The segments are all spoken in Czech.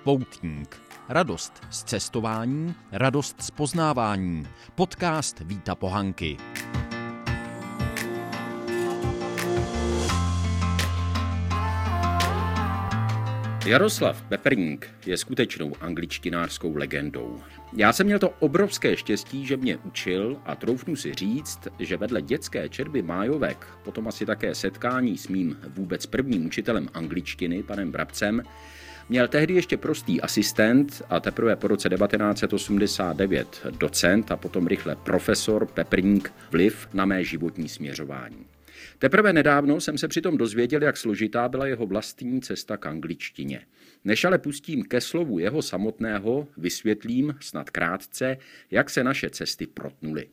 Poutník. Radost z cestování, radost z poznávání. Podcast Víta Pohanky. Jaroslav Peprník je skutečnou angličtinářskou legendou. Já jsem měl to obrovské štěstí, že mě učil a troufnu si říct, že vedle dětské četby májovek, potom asi také setkání s mým vůbec prvním učitelem angličtiny, panem Brabcem, měl tehdy ještě prostý asistent a teprve po roce 1989 docent a potom rychle profesor Peprník vliv na mé životní směřování. Teprve nedávno jsem se přitom dozvěděl, jak složitá byla jeho vlastní cesta k angličtině. Než ale pustím ke slovu jeho samotného, vysvětlím snad krátce, jak se naše cesty protnuly.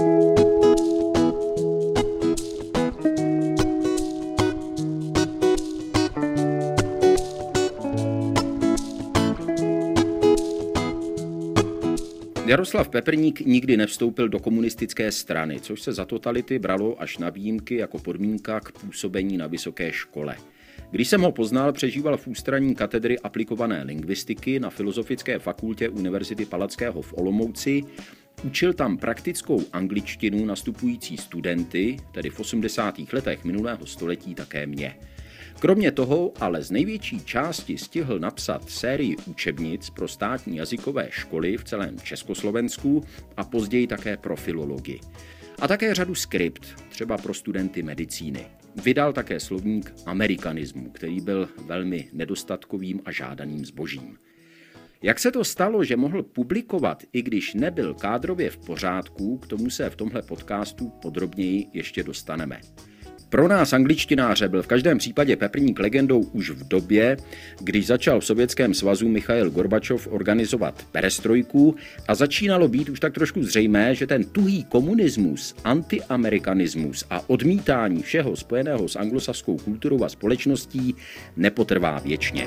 Jaroslav Peprník nikdy nevstoupil do komunistické strany, což se za totality bralo až na výjimky jako podmínka k působení na vysoké škole. Když jsem ho poznal, přežíval v ústraní katedry aplikované lingvistiky na Filozofické fakultě Univerzity Palackého v Olomouci, učil tam praktickou angličtinu nastupující studenty, tedy v 80. letech minulého století také mě. Kromě toho ale z největší části stihl napsat sérii učebnic pro státní jazykové školy v celém Československu a později také pro filologii. A také řadu skript, třeba pro studenty medicíny. Vydal také slovník amerikanismu, který byl velmi nedostatkovým a žádaným zbožím. Jak se to stalo, že mohl publikovat, i když nebyl kádrově v pořádku, k tomu se v tomhle podcastu podrobněji ještě dostaneme. Pro nás angličtináře byl v každém případě Peprník legendou už v době, když začal v Sovětském svazu Michail Gorbačov organizovat perestrojku a začínalo být už tak trošku zřejmé, že ten tuhý komunismus, antiamerikanismus a odmítání všeho spojeného s anglosaskou kulturou a společností nepotrvá věčně.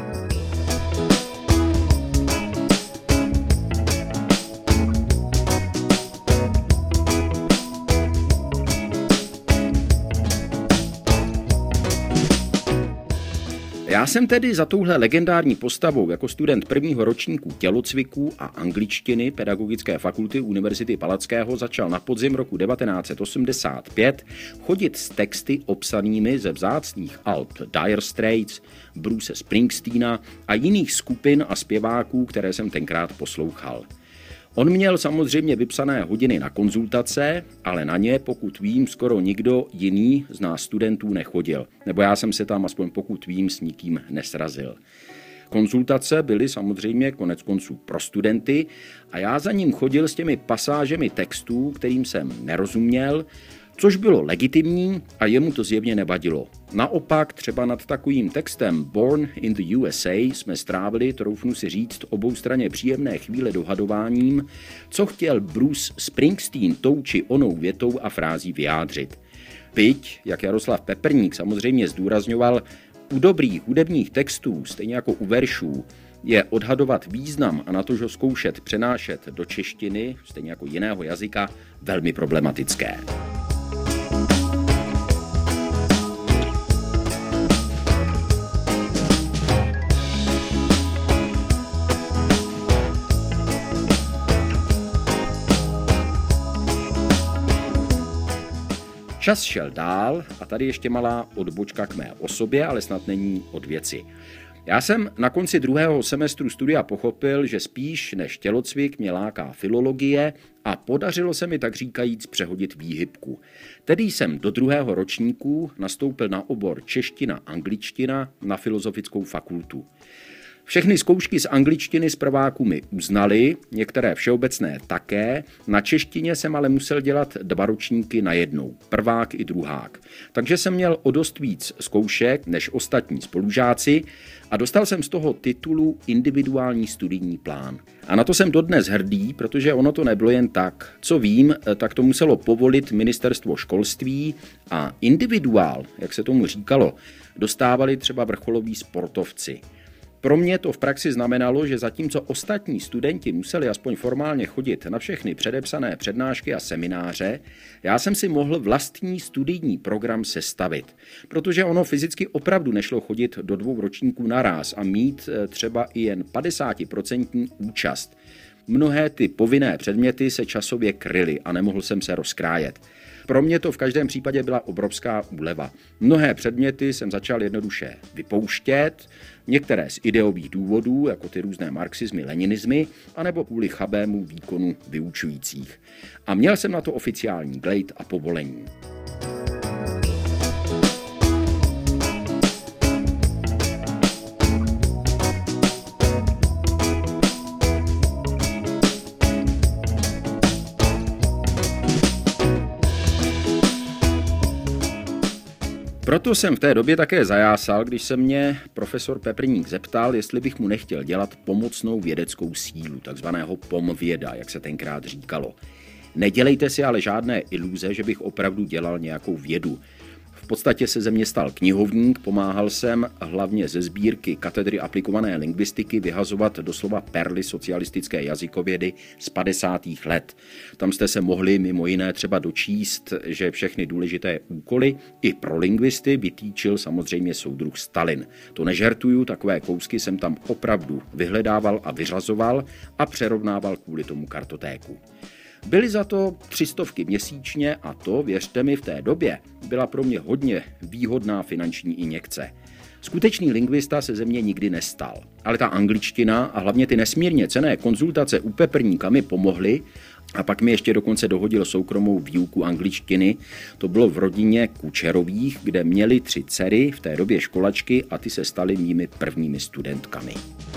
Já jsem tedy za touhle legendární postavou jako student prvního ročníku tělocviku a angličtiny Pedagogické fakulty Univerzity Palackého začal na podzim roku 1985 chodit s texty obsanými ze vzácných alb Dire Straits, Bruce Springsteena a jiných skupin a zpěváků, které jsem tenkrát poslouchal. On měl samozřejmě vypsané hodiny na konzultace, ale na ně, pokud vím, skoro nikdo jiný z nás studentů nechodil. Nebo já jsem se tam, aspoň pokud vím, s nikým nesrazil. Konzultace byly samozřejmě koneckonců pro studenty a já za ním chodil s těmi pasážemi textů, kterým jsem nerozuměl, což bylo legitimní a jemu to zjevně nevadilo. Naopak třeba nad takovým textem Born in the USA jsme strávili, troufnu si říct, oboustranně příjemné chvíle dohadováním, co chtěl Bruce Springsteen tou či onou větou a frází vyjádřit. Byť, jak Jaroslav Peprník samozřejmě zdůrazňoval, u dobrých hudebních textů, stejně jako u veršů, je odhadovat význam a na to, že zkoušet přenášet do češtiny, stejně jako jiného jazyka, velmi problematické. Čas šel dál a tady ještě malá odbočka k mé osobě, ale snad není od věci. Já jsem na konci druhého semestru studia pochopil, že spíš než tělocvik mě láká filologie a podařilo se mi tak říkajíc přehodit výhybku. Tedy jsem do druhého ročníku nastoupil na obor čeština-angličtina na Filozofickou fakultu. Všechny zkoušky z angličtiny z prváku mi uznali, některé všeobecné také, na češtině jsem ale musel dělat 2 ročníky najednou, prvák i druhák. Takže jsem měl o dost víc zkoušek než ostatní spolužáci a dostal jsem z toho titulu individuální studijní plán. A na to jsem dodnes hrdý, protože ono to nebylo jen tak. Co vím, tak to muselo povolit ministerstvo školství a individuál, jak se tomu říkalo, dostávali třeba vrcholoví sportovci. Pro mě to v praxi znamenalo, že zatímco ostatní studenti museli aspoň formálně chodit na všechny předepsané přednášky a semináře, já jsem si mohl vlastní studijní program sestavit, protože ono fyzicky opravdu nešlo chodit do 2 ročníků naráz a mít třeba i jen 50% účast. Mnohé ty povinné předměty se časově kryly a nemohl jsem se rozkrájet. Pro mě to v každém případě byla obrovská úleva. Mnohé předměty jsem začal jednoduše vypouštět, některé z ideových důvodů, jako ty různé marxismy, leninismy, anebo kvůli chabému výkonu vyučujících. A měl jsem na to oficiální glejt a povolení. Proto jsem v té době také zajásal, když se mě profesor Peprník zeptal, jestli bych mu nechtěl dělat pomocnou vědeckou sílu, takzvaného pomvěda, jak se tenkrát říkalo. Nedělejte si ale žádné iluze, že bych opravdu dělal nějakou vědu. V podstatě se ze mě stal knihovník, pomáhal jsem hlavně ze sbírky katedry aplikované lingvistiky vyhazovat doslova perly socialistické jazykovědy z 50. let. Tam jste se mohli mimo jiné třeba dočíst, že všechny důležité úkoly i pro lingvisty vytýčil samozřejmě soudruh Stalin. To nežertuju, takové kousky jsem tam opravdu vyhledával a vyřazoval a přerovnával kvůli tomu kartotéku. Byly za to 300 měsíčně a to, věřte mi, v té době byla pro mě hodně výhodná finanční injekce. Skutečný lingvista se ze mě nikdy nestal, ale ta angličtina a hlavně ty nesmírně cenné konzultace u Peprníka mi pomohly a pak mi ještě dokonce dohodil soukromou výuku angličtiny. To bylo v rodině Kučerových, kde měli 3 dcery, v té době školačky a ty se staly mými prvními studentkami.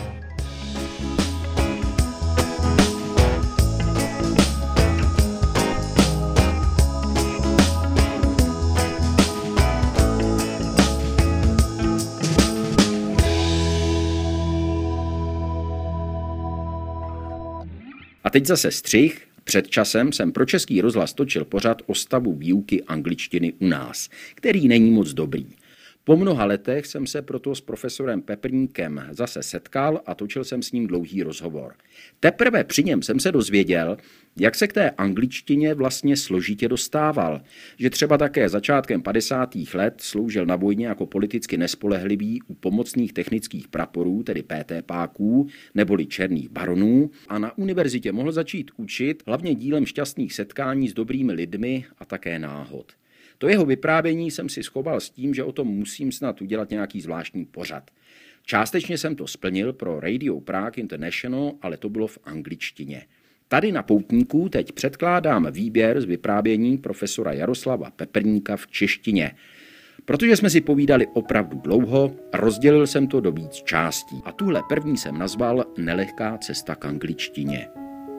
A teď zase střih. Před časem jsem pro Český rozhlas točil pořad o stavu výuky angličtiny u nás, který není moc dobrý. Po mnoha letech jsem se proto s profesorem Peprníkem zase setkal a točil jsem s ním dlouhý rozhovor. Teprve při něm jsem se dozvěděl, jak se k té angličtině vlastně složitě dostával, že třeba také začátkem 50. let sloužil na vojně jako politicky nespolehlivý u pomocných technických praporů, tedy PT-páků neboli černých baronů, a na univerzitě mohl začít učit hlavně dílem šťastných setkání s dobrými lidmi a také náhod. To jeho vyprávění jsem si schoval s tím, že o tom musím snad udělat nějaký zvláštní pořad. Částečně jsem to splnil pro Radio Prague International, ale to bylo v angličtině. Tady na Poutníku teď předkládám výběr z vyprávění profesora Jaroslava Peprníka v češtině. Protože jsme si povídali opravdu dlouho, rozdělil jsem to do víc částí a tuhle první jsem nazval Nelehká cesta k angličtině.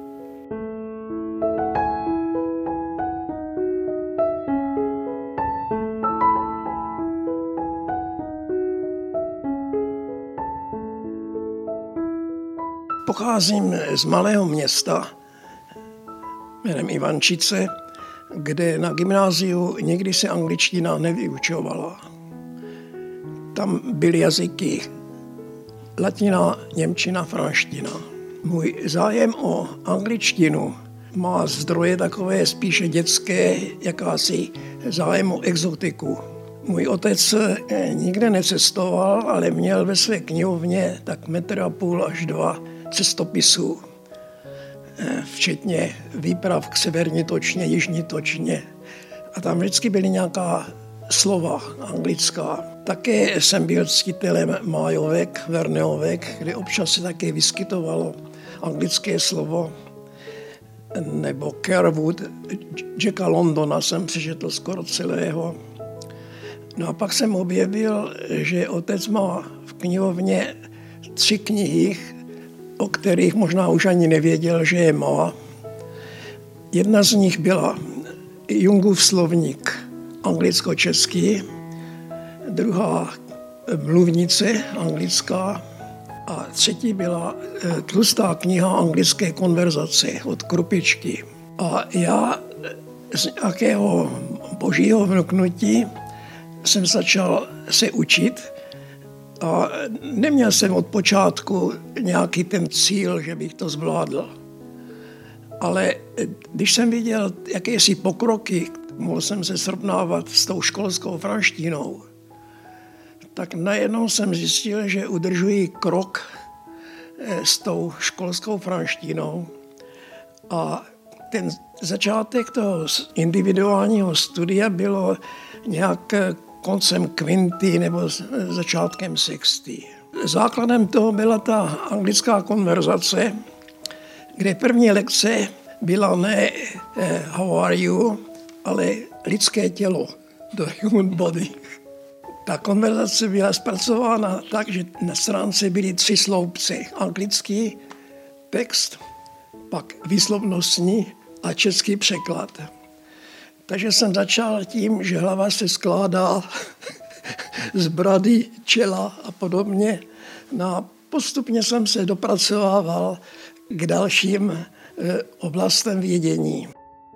Pocházím z malého města jménem Ivančice, kde na gymnáziu nikdy se angličtina nevyučovala. Tam byly jazyky latina, němčina, franština. Můj zájem o angličtinu má zdroje takové spíše dětské, jakási zájem o exotiku. Můj otec nikde necestoval, ale měl ve své knihovně tak 1,5 metru až 2 cestopisů, včetně výprav k severní točně, jižní točně. A tam vždycky byly nějaká slova anglická. Také jsem byl ctitelem májovek, verneovek, kde občas se také vyskytovalo anglické slovo. Nebo Kerwood, Jacka Londona jsem přečetl skoro celého. No a pak jsem objevil, že otec má v knihovně 3 knihy, o kterých možná už ani nevěděl, že je má. Jedna z nich byla Jungův slovník anglicko-český, druhá mluvnice anglická a třetí byla tlustá kniha anglické konverzace od Krupičky. A já z nějakého božího vnuknutí jsem začal se učit A neměl jsem od počátku nějaký ten cíl, že bych to zvládl. Ale když jsem viděl jakési pokroky, mohl jsem se srovnávat s tou školskou franštinou, tak najednou jsem zjistil, že udržuji krok s tou školskou franštinou. A ten začátek toho individuálního studia bylo nějak koncem kvinty nebo začátkem sexty. Základem toho byla ta anglická konverzace, kde první lekce byla ne how are you, ale lidské tělo, the human body. Ta konverzace byla zpracována tak, že na stránce byly 3 sloupce. Anglický text, pak výslovnostní a český překlad. Takže jsem začal tím, že hlava se skládá z brady, čela a podobně. No a postupně jsem se dopracovával k dalším oblastem vědění.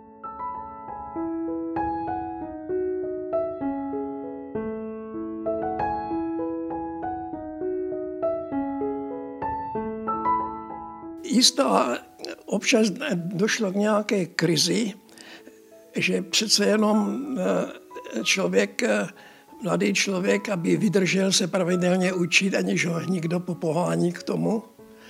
Občas došlo k nějaké krizi, že přece jenom mladý člověk, aby vydržel se pravidelně učit, aniž ho nikdo popohání k tomu.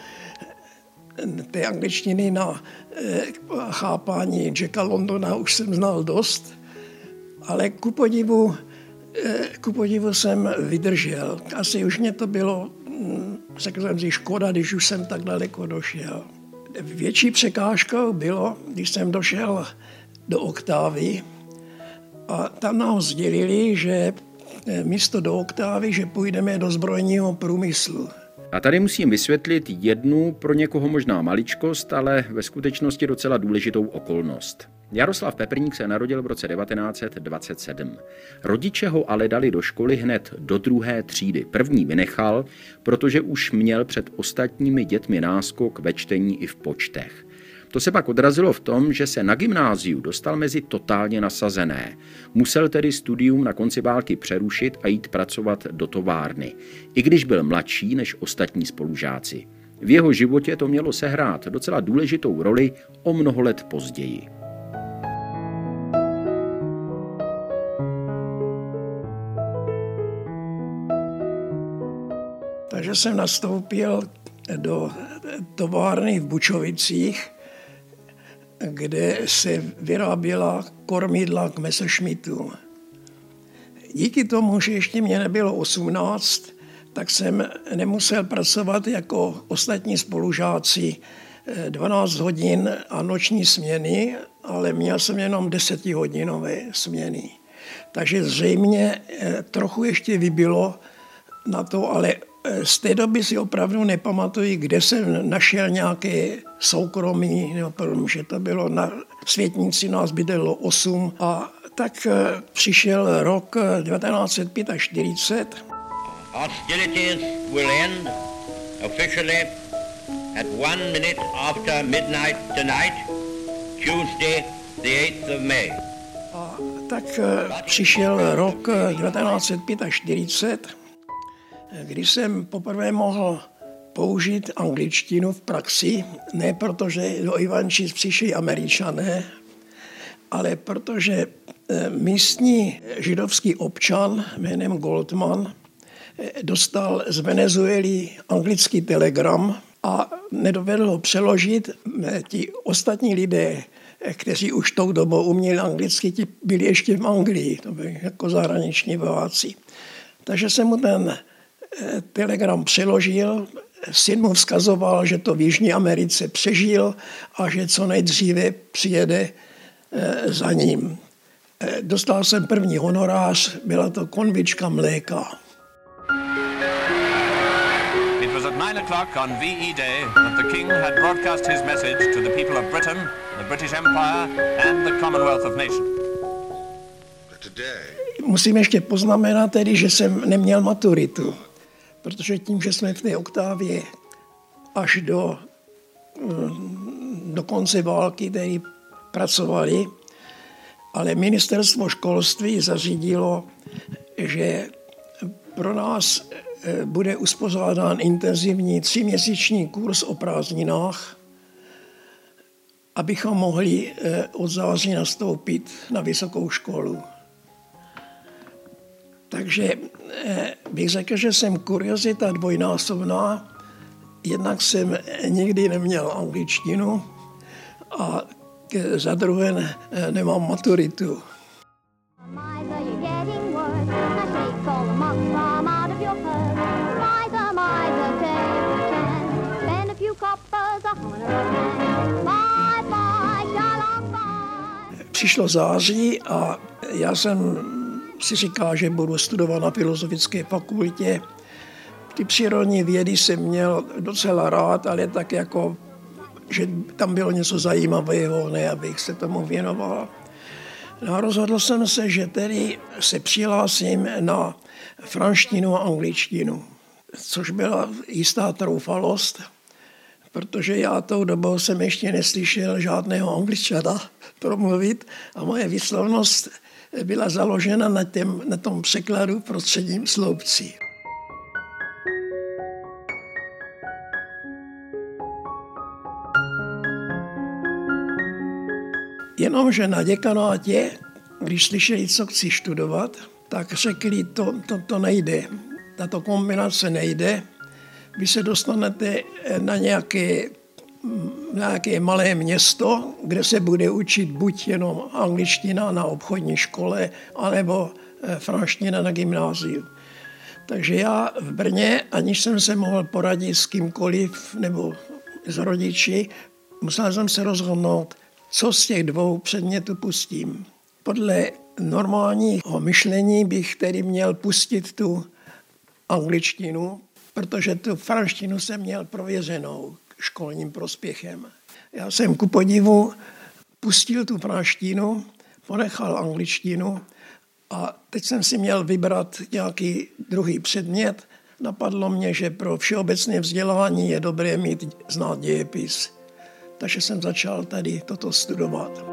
Té angličtiny na chápání Jacka Londona už jsem znal dost, ale ku podivu jsem vydržel. Asi už mě to bylo, řekl jsem si, škoda, když už jsem tak daleko došel. Větší překážkou bylo, když jsem došel do oktávy a tam nás sdělili, že místo do oktávy, že půjdeme do zbrojního průmyslu. A tady musím vysvětlit jednu pro někoho možná maličkost, ale ve skutečnosti docela důležitou okolnost. Jaroslav Peprník se narodil v roce 1927. Rodiče ho ale dali do školy hned do 2. třídy. První vynechal, protože už měl před ostatními dětmi náskok ve čtení i v počtech. To se pak odrazilo v tom, že se na gymnáziu dostal mezi totálně nasazené. Musel tedy studium na konci války přerušit a jít pracovat do továrny, i když byl mladší než ostatní spolužáci. V jeho životě to mělo sehrát docela důležitou roli o mnoho let později. Takže jsem nastoupil do továrny v Bučovicích, kde se vyráběla kormidla k Messerschmittům. Díky tomu, že ještě mě nebylo 18, tak jsem nemusel pracovat jako ostatní spolužáci 12 hodin a noční směny, ale měl jsem jenom 10hodinové směny. Takže zřejmě trochu ještě vybilo na to, ale z té doby si opravdu nepamatuji, kde jsem našel nějaké soukromí, že to bylo na Světnici, nás bydlelo 8 a tak přišel rok 1945. Hostilities will end officially at 1 minute after midnight tonight, Tuesday, the 8th of May. A tak přišel rok 1945, kdy jsem poprvé mohl použít angličtinu v praxi, ne protože do Ivančic přišli Američané, ale protože místní židovský občan jménem Goldman dostal z Venezuely anglický telegram a nedovedl ho přeložit. Ti ostatní lidé, kteří už tou dobou uměli anglicky, ti byli ještě v Anglii, to byli jako zahraniční vojáci. Takže jsem mu ten telegram přeložil, syn mu vzkazoval, že to v Jižní Americe přežil a že co nejdříve přijede za ním. Dostal jsem první honorář, byla to konvička mléka. It was at 9 o'clock on VE Day that the King had broadcast his message to the people of Britain, the British Empire and the Commonwealth of Nations. Musím ještě poznamenat tedy, že jsem neměl maturitu, protože tím, že jsme v té oktávě až do konce války tedy pracovali, ale ministerstvo školství zařídilo, že pro nás bude uspořádán intenzivní 3měsíční kurz o prázdninách, abychom mohli od září nastoupit na vysokou školu. Takže bych řekl, že jsem kuriozita dvojnásobná. Jednak jsem nikdy neměl angličtinu a za druhé nemám maturitu. Přišlo září a já jsem si říkal, že budu studovat na Filozofické fakultě. Ty přírodní vědy jsem měl docela rád, ale tak jako, že tam bylo něco zajímavého, ne abych se tomu věnoval. No a rozhodl jsem se, že tedy se přihlásím na franštinu a angličtinu, což byla jistá troufalost, protože já tou dobou jsem ještě neslyšel žádného Angličana promluvit a moje výslovnost byla založena na tom překladu prostředním sloupci. Jenomže na děkanátě, když slyšeli, co chci studovat, tak řekli, to nejde. Tato kombinace nejde. Vy se dostanete na nějaké malé město, kde se bude učit buď jenom angličtina na obchodní škole, anebo franština na gymnáziu. Takže já v Brně, aniž jsem se mohl poradit s kýmkoliv nebo s rodiči, musel jsem se rozhodnout, co z těch dvou předmětů pustím. Podle normálního myšlení bych tedy měl pustit tu angličtinu, protože tu franštinu jsem měl prověřenou školním prospěchem. Já jsem ku podivu pustil tu franštinu, ponechal angličtinu a teď jsem si měl vybrat nějaký druhý předmět. Napadlo mě, že pro všeobecné vzdělání je dobré znát dějepis. Takže jsem začal tady toto studovat.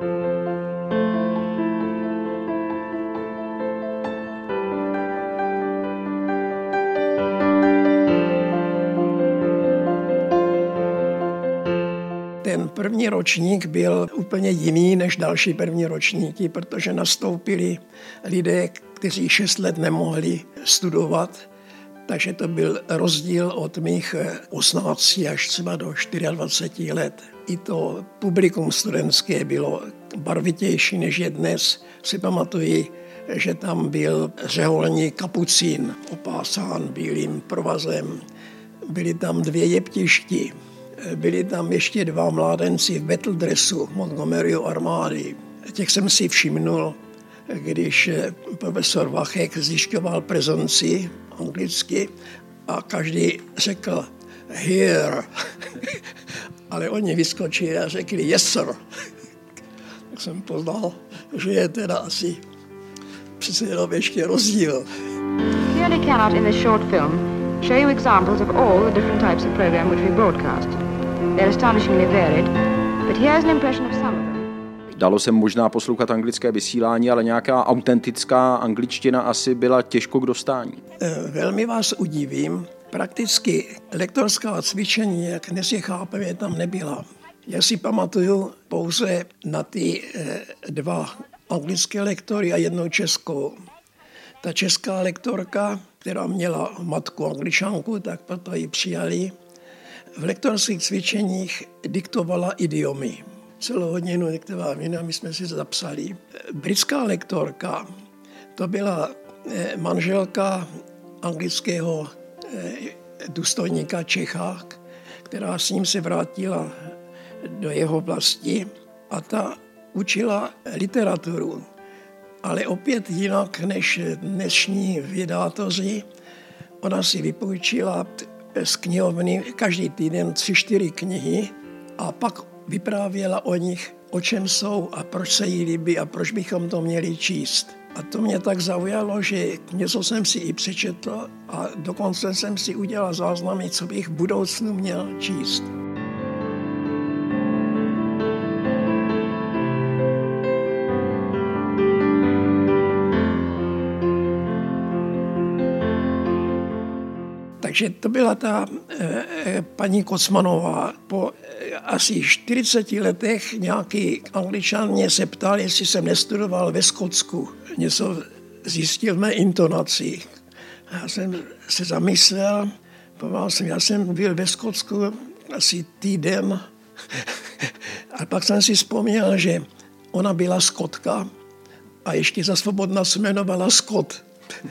Ten první ročník byl úplně jiný než další první ročníky, protože nastoupili lidé, kteří 6 let nemohli studovat, takže to byl rozdíl od mých 18 až třeba do 24 let. I to publikum studentské bylo barvitější než je dnes. Si pamatuji, že tam byl řeholní kapucín opásán bílým provazem. Byli tam 2 jeptišti. Byli tam ještě 2 mládenci v battle dressu Montgomeryho armády. Těch jsem si všimnul, když profesor Vachek zjišťoval prezenci anglicky a každý řekl here, ale oni vyskočili a řekli yes sir. Tak jsem poznal, že je teda asi přece jenom ještě rozdíl. Clearly cannot in this short film show you examples of all the different types of program which we broadcast. They're astonishingly varied, but here's an impression of some of them. Dalo se možná poslouchat anglické vysílání, ale nějaká autentická angličtina asi byla těžko k dostání. Velmi vás udivím. Prakticky lektorská cvičení, jak dnes je chápeme, tam nebyla. Já si pamatuju pouze na ty 2 anglické lektory a 1 českou. Ta česká lektorka, která měla matku Angličanku, tak proto ji přijali. V lektorských cvičeních diktovala idiomy. Celou hodinu diktovala a my jsme si zapsali. Britská lektorka, to byla manželka anglického důstojníka Čecha, která s ním se vrátila do jeho vlasti a ta učila literaturu. Ale opět jinak než dnešní vědátoři, ona si vypůjčila z knihovny každý týden 3-4 knihy a pak vyprávěla o nich, o čem jsou a proč se jí líbí a proč bychom to měli číst. A to mě tak zaujalo, že něco jsem si i přečetl a dokonce jsem si udělal záznamy, co bych v budoucnu měl číst. Takže to byla ta paní Kocmanová. Po asi 40 letech nějaký Angličan mě se ptal, jestli jsem nestudoval ve Skotsku. Něco zjistil v mé intonaci. Já jsem se zamyslel, já jsem byl ve Skotsku asi týden a pak jsem si vzpomněl, že ona byla Skotka a ještě za svobodna se jmenovala Scott.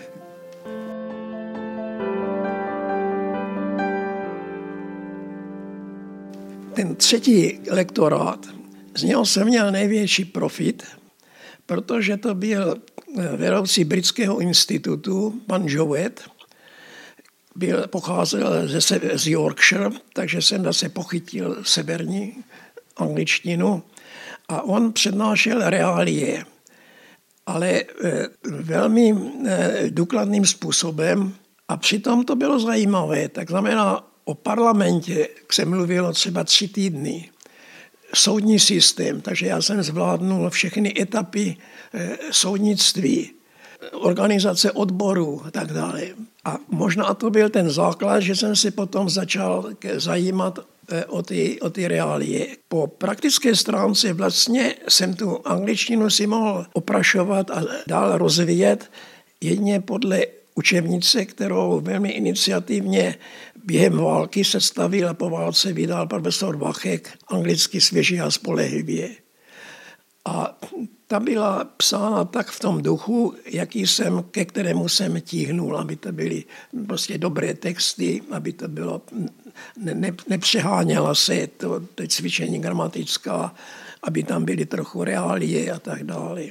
Ten třetí lektorát, z něho jsem měl největší profit, protože to byl vedoucí britského institutu, pan Jowett, pocházel z Yorkshire, takže jsem zase pochytil severní angličtinu a on přednášel reálie, ale velmi důkladným způsobem a přitom to bylo zajímavé, tak znamená, o parlamentě se mluvilo třeba 3 týdny. Soudní systém, takže já jsem zvládnul všechny etapy soudnictví, organizace odborů a tak dále. A možná to byl ten základ, že jsem si potom začal zajímat o ty reálie. Po praktické stránce vlastně jsem tu angličtinu si mohl oprašovat a dál rozvíjet jedině podle učebnice, kterou velmi iniciativně během války sestavil a po válce vydal profesor Vachek, anglicky svěží a spolehlivě. A ta byla psána tak v tom duchu, ke kterému jsem tíhnul, aby to byly prostě dobré texty, aby to bylo, nepřeháněla se to cvičení gramatická, aby tam byly trochu reálie a tak dále.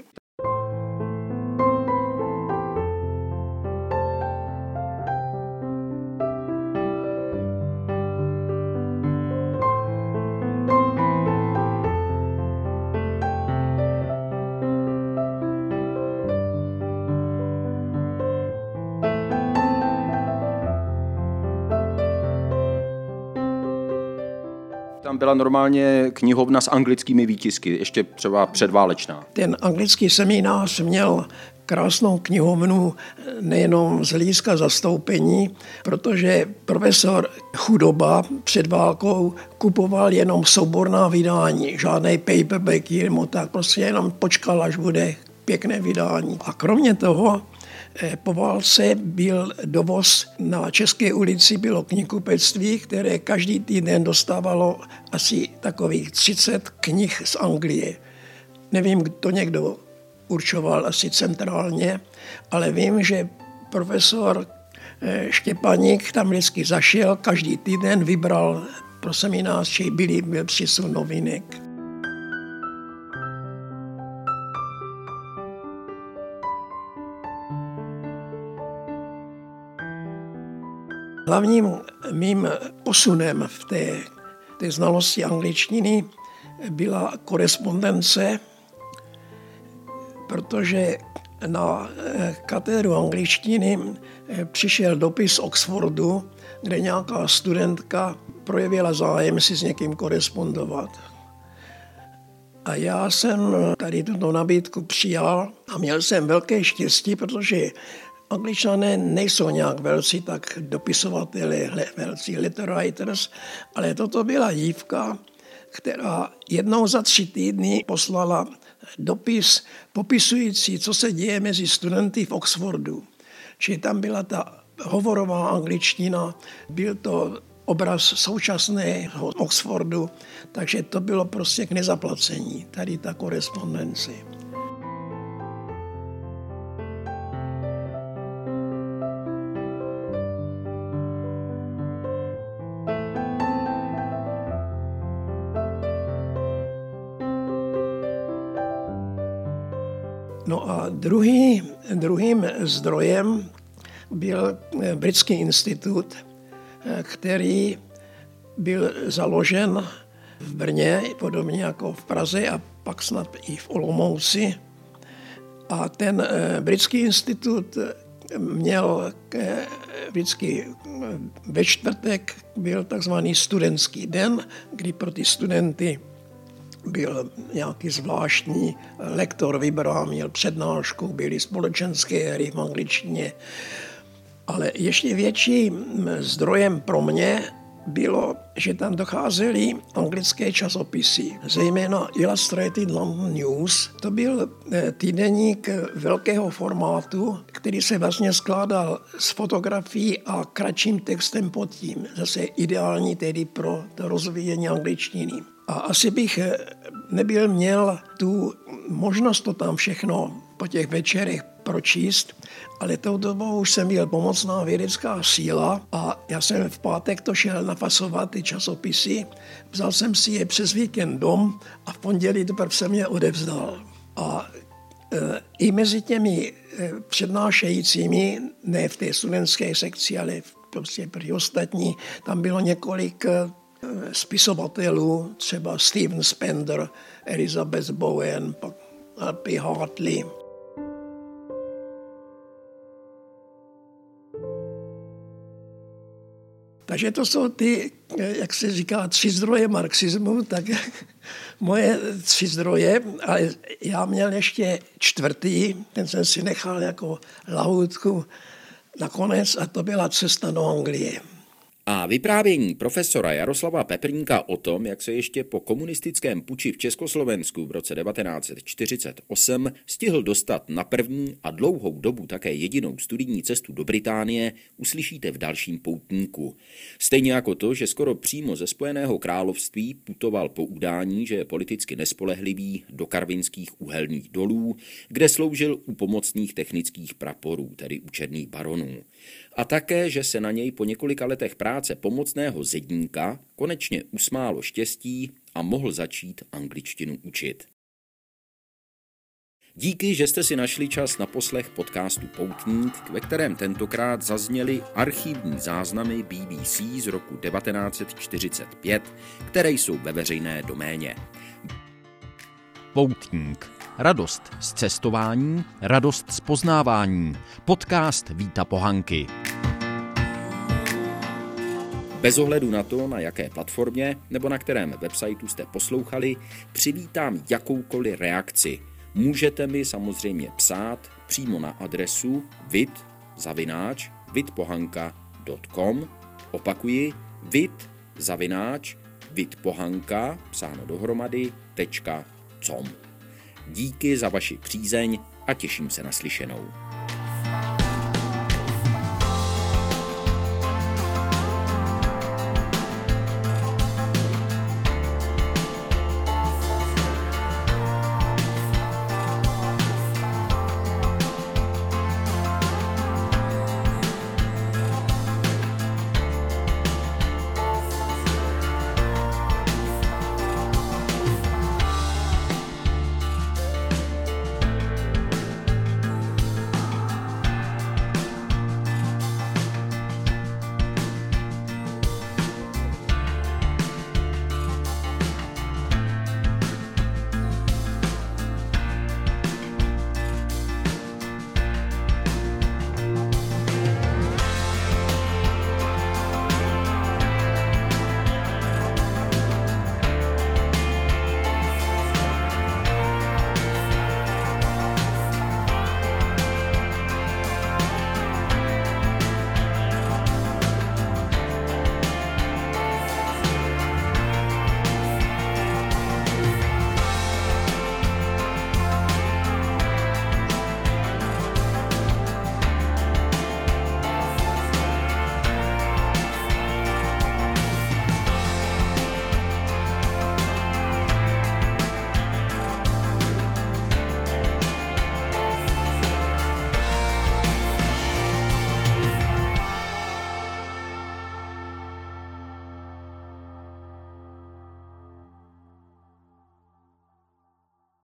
Tam byla normálně knihovna s anglickými výtisky, ještě třeba předválečná. Ten anglický seminář měl krásnou knihovnu nejenom z hlediska zastoupení, protože profesor Chudoba před válkou kupoval jenom souborná vydání, žádný paperback, tak prostě jenom počkal, až bude pěkné vydání. A kromě toho po válce byl dovoz na České ulici, bylo knihkupectví, které každý týden dostávalo asi takových 30 knih z Anglie. Nevím, to někdo určoval asi centrálně, ale vím, že profesor Štěpaník tam vždycky zašel, každý týden vybral pro seminář, či byl přísun novinek. Hlavním mým posunem v té znalosti angličtiny byla korespondence, protože na katedru angličtiny přišel dopis z Oxfordu, kde nějaká studentka projevila zájem si s někým korespondovat. A já jsem tady tuto nabídku přijal a měl jsem velké štěstí, protože Angličané nejsou nějak velcí, tak dopisovatelé, velcí letter writers, ale toto byla dívka, která jednou za 3 týdny poslala dopis popisující, co se děje mezi studenty v Oxfordu. Čili tam byla ta hovorová angličtina, byl to obraz současného Oxfordu, takže to bylo prostě k nezaplacení, tady ta korespondence. No a druhým zdrojem byl Britský institut, který byl založen v Brně, podobně jako v Praze a pak snad i v Olomouci. A ten Britský institut měl vždycky ve čtvrtek byl takzvaný studentský den, kdy pro ty studenty byl nějaký zvláštní lektor vybrán, měl přednášku, byly společenské hry v angličtině. Ale ještě větším zdrojem pro mě bylo, že tam docházely anglické časopisy, zejména Illustrated London News. To byl týdeník velkého formátu, který se vlastně skládal z fotografií a kratším textem pod tím. Zase ideální tedy pro to rozvíjení angličtiny. A asi bych nebyl měl tu možnost to tam všechno po těch večerech pročíst, ale tou dobou už jsem byl pomocná vědecká síla a já jsem v pátek to šel nafasovat ty časopisy, vzal jsem si je přes víkend dom a v pondělí teprve jsem je odevzdal. A i mezi těmi přednášejícími, ne v té studentské sekci, ale prostě pro ostatní, tam bylo několik spisovatelů, třeba Stephen Spender, Elizabeth Bowen, P. Hartley. Takže to jsou ty, jak se říká, 3 zdroje marxismu, tak moje 3 zdroje, ale já měl ještě 4., ten jsem si nechal jako lahůdku nakonec a to byla cesta do Anglie. A vyprávění profesora Jaroslava Peprníka o tom, jak se ještě po komunistickém puči v Československu v roce 1948 stihl dostat na první a dlouhou dobu také jedinou studijní cestu do Británie, uslyšíte v dalším poutníku. Stejně jako to, že skoro přímo ze Spojeného království putoval po udání, že je politicky nespolehlivý, do karvinských uhelných dolů, kde sloužil u pomocných technických praporů, tedy u černých baronů. A také, že se na něj po několika letech práce pomocného zedníka konečně usmálo štěstí a mohl začít angličtinu učit. Díky, že jste si našli čas na poslech podcastu Poutník, ve kterém tentokrát zazněly archivní záznamy BBC z roku 1945, které jsou ve veřejné doméně. Poutník. Radost z cestování, radost z poznávání. Podcast Víta Pohanky. Bez ohledu na to, na jaké platformě nebo na kterém websiteu jste poslouchali, přivítám jakoukoliv reakci. Můžete mi samozřejmě psát přímo na adresu vid@vitpohanka.com. Opakuji, vid@vitpohanka, psáno dohromady, .com. Díky za vaši přízeň a těším se na slyšenou.